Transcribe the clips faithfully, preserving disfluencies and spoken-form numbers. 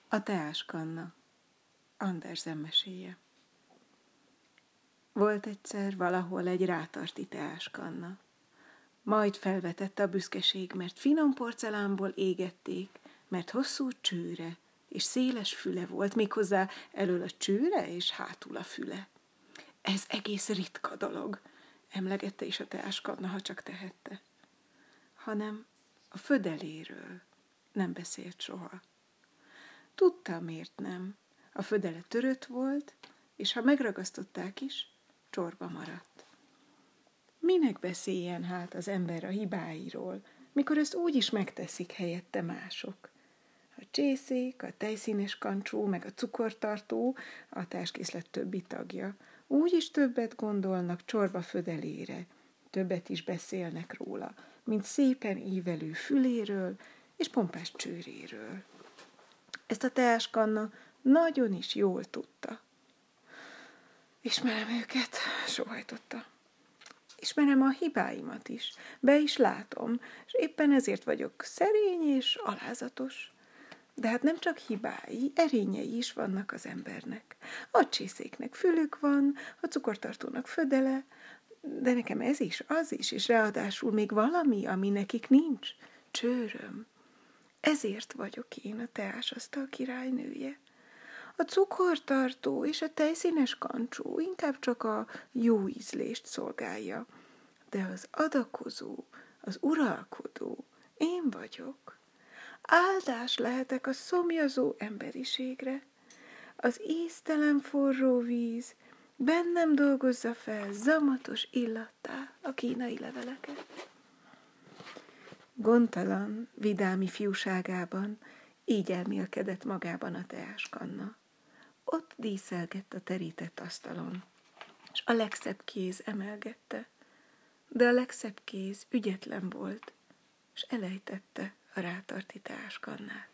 A teáskanna. Andersen meséje. Volt egyszer valahol egy rátarti teáskanna. Majd felvetette a büszkeség, mert finom porcelánból égették, mert hosszú csőre és széles füle volt, méghozzá elől a csőre és hátul a füle. Ez egész ritka dolog, emlegette is a teáskanna, ha csak tehette. Hanem a födeléről nem beszélt soha. Tudta, miért nem. A födele törött volt, és ha megragasztották is, csorba maradt. Minek beszéljen hát az ember a hibáiról, mikor ezt úgy is megteszik helyette mások? A csészék, a tejszínes kancsó, meg a cukortartó, a társkészlet többi tagja, úgy is többet gondolnak csorba födelére, többet is beszélnek róla, mint szépen ívelő füléről és pompás csőréről. Ezt a teáskanna nagyon is jól tudta. Ismerem őket, sóhajtotta. Ismerem a hibáimat is, be is látom, és éppen ezért vagyok szerény és alázatos. De hát nem csak hibái, erényei is vannak az embernek. A csészéknek fülük van, a cukortartónak födele, de nekem ez is, az is, és ráadásul még valami, ami nekik nincs, csőröm. Ezért vagyok én a teásasztal királynője. A cukortartó és a tejszínes kancsó inkább csak a jó ízlést szolgálja, de az adakozó, az uralkodó én vagyok. Áldás lehetek a szomjazó emberiségre. Az íztelen forró víz bennem dolgozza fel zamatos illattá a kínai leveleket. Gondtalan, vidám ifjúságában így elmélkedett magában a teáskanna. Ott díszelgett a terített asztalon, és a legszebb kéz emelgette, de a legszebb kéz ügyetlen volt, és elejtette a rátarti teáskannát.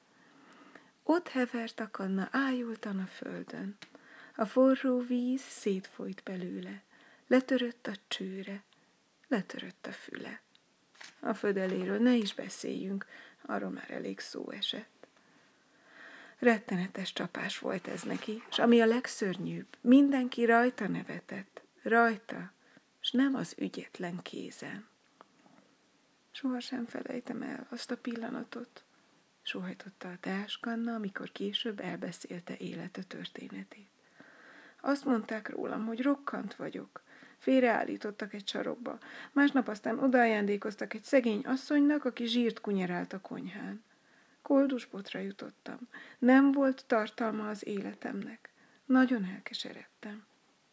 Ott hevert a kanna ájultan a földön, a forró víz szétfolyt belőle, letörött a csőre, letörött a füle. A födeléről ne is beszéljünk, arról már elég szó esett. Rettenetes csapás volt ez neki, és ami a legszörnyűbb, mindenki rajta nevetett, rajta, és nem az ügyetlen kézen. Sohasem felejtem el azt a pillanatot, sóhajtotta a teáskanna, amikor később elbeszélte élete történetét. Azt mondták rólam, hogy rokkant vagyok. Félreállítottak egy sarokba. Másnap aztán odaajándékoztak egy szegény asszonynak, aki zsírt kunyerált a konyhán. Koldusbotra jutottam. Nem volt tartalma az életemnek. Nagyon elkeseredtem.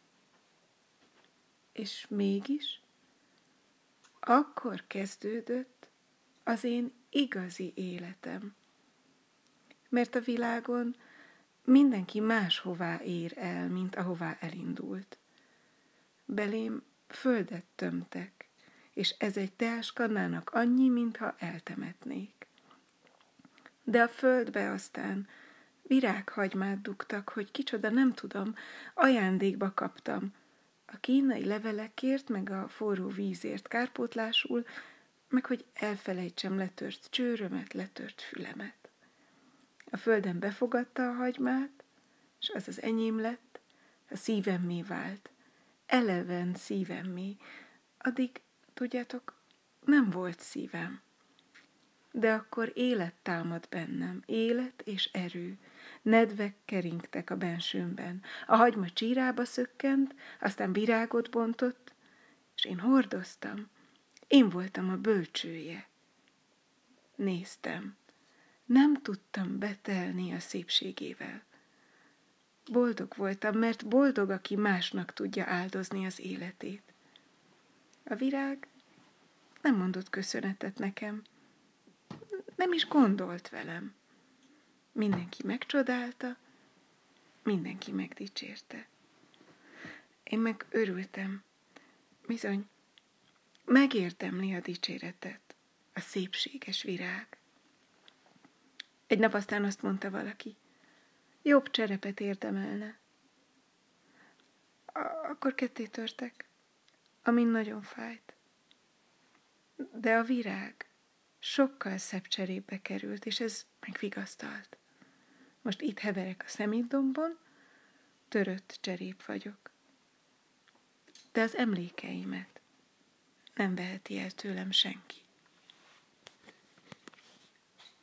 És mégis akkor kezdődött az én igazi életem. Mert a világon mindenki máshová ér el, mint ahová elindult. Belém földet tömtek, és ez egy teáskannának annyi, mintha eltemetnék. De a földbe aztán virághagymát dugtak, hogy kicsoda nem tudom, ajándékba kaptam. A kínai levelekért, meg a forró vízért kárpótlásul, meg hogy elfelejtsem letört csőrömet, letört fülemet. A földem befogadta a hagymát, és az az enyém lett, a szívemmé vált, eleven szívemmé. Addig, tudjátok, nem volt szívem. De akkor élet támad bennem, élet és erő. Nedvek keringtek a bensőmben. A hagyma csírába szökkent, aztán virágot bontott, és én hordoztam. Én voltam a bölcsője. Néztem. Nem tudtam betelni a szépségével. Boldog voltam, mert boldog, aki másnak tudja áldozni az életét. A virág nem mondott köszönetet nekem, nem is gondolt velem. Mindenki megcsodálta, mindenki megdicsérte. Én meg örültem. Bizony, megérdemli a dicséretet a szépséges virág. Egy nap aztán azt mondta valaki, jobb cserepet érdemelne. Akkor ketté törtek, amin nagyon fájt. De a virág sokkal szebb cserébe került, és ez megvigasztalt. Most itt heverek a szemétdombon, törött cserép vagyok. De az emlékeimet nem veheti el tőlem senki.